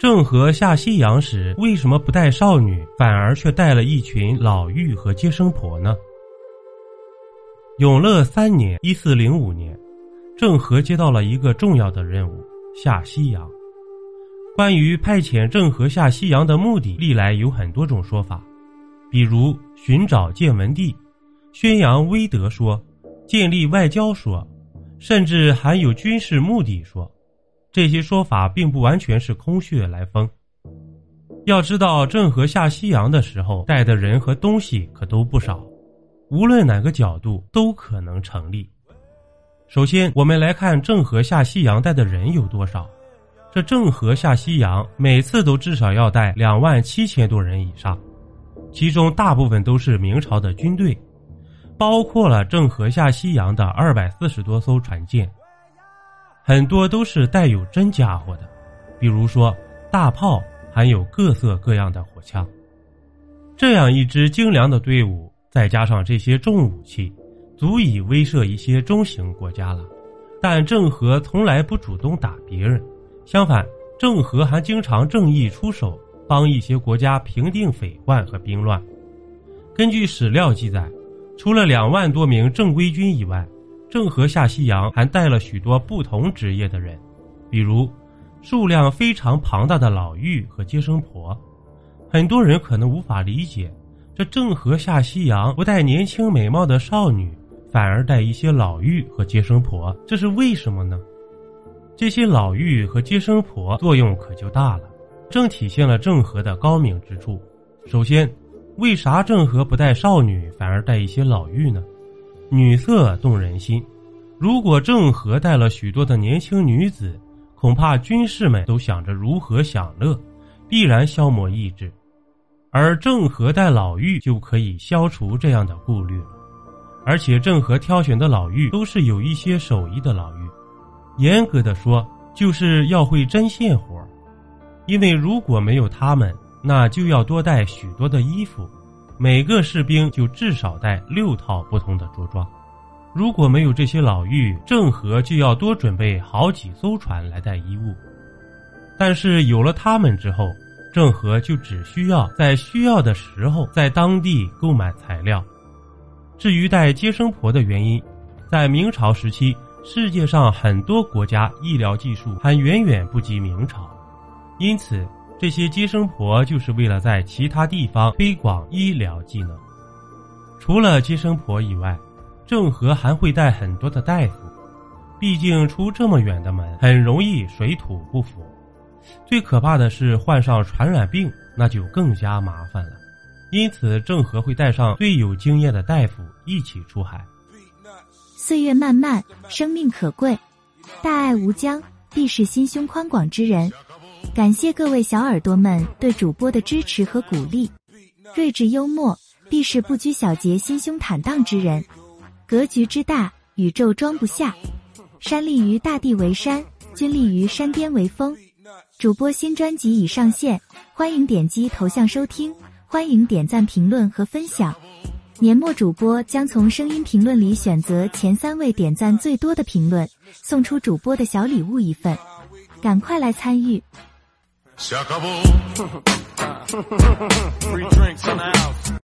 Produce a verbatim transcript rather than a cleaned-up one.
郑和下西洋时为什么不带少女，反而却带了一群老妪和接生婆呢？永乐三年一四零五年，郑和接到了一个重要的任务，下西洋。关于派遣郑和下西洋的目的，历来有很多种说法，比如寻找建文帝、宣扬威德说、建立外交说，甚至还有军事目的说。这些说法并不完全是空穴来风。要知道，郑和下西洋的时候带的人和东西可都不少，无论哪个角度都可能成立。首先，我们来看郑和下西洋带的人有多少。这郑和下西洋每次都至少要带两万七千多人以上，其中大部分都是明朝的军队，包括了郑和下西洋的二百四十多艘船舰，很多都是带有真家伙的，比如说大炮，还有各色各样的火枪。这样一支精良的队伍，再加上这些重武器，足以威慑一些中型国家了。但郑和从来不主动打别人，相反，郑和还经常正义出手，帮一些国家平定匪患和兵乱。根据史料记载，除了两万多名正规军以外，郑和下西洋还带了许多不同职业的人，比如数量非常庞大的老妪和接生婆。很多人可能无法理解，这郑和下西洋不带年轻美貌的少女，反而带一些老妪和接生婆，这是为什么呢？这些老妪和接生婆作用可就大了，正体现了郑和的高明之处。首先，为啥郑和不带少女，反而带一些老妪呢？女色动人心，如果郑和带了许多的年轻女子，恐怕军士们都想着如何享乐，必然消磨意志。而郑和带老妪就可以消除这样的顾虑了。而且郑和挑选的老妪都是有一些手艺的老妪，严格的说，就是要会针线活。因为如果没有他们，那就要多带许多的衣服，每个士兵就至少带六套不同的着装。如果没有这些老妪，郑和就要多准备好几艘船来带衣物。但是有了他们之后，郑和就只需要在需要的时候在当地购买材料。至于带接生婆的原因，在明朝时期，世界上很多国家医疗技术还远远不及明朝，因此这些接生婆就是为了在其他地方推广医疗技能。除了接生婆以外，郑和还会带很多的大夫，毕竟出这么远的门，很容易水土不服。最可怕的是患上传染病，那就更加麻烦了。因此郑和会带上最有经验的大夫一起出海。 岁月漫漫，生命可贵，大爱无疆，必是心胸宽广之人。感谢各位小耳朵们对主播的支持和鼓励。睿智幽默，必是不拘小节、心胸坦荡之人。格局之大，宇宙装不下。山立于大地为山，君立于山巅为峰。主播新专辑已上线，欢迎点击头像收听，欢迎点赞、评论和分享。年末主播将从声音评论里选择前三位点赞最多的评论，送出主播的小礼物一份，赶快来参与。Free drinks in the house.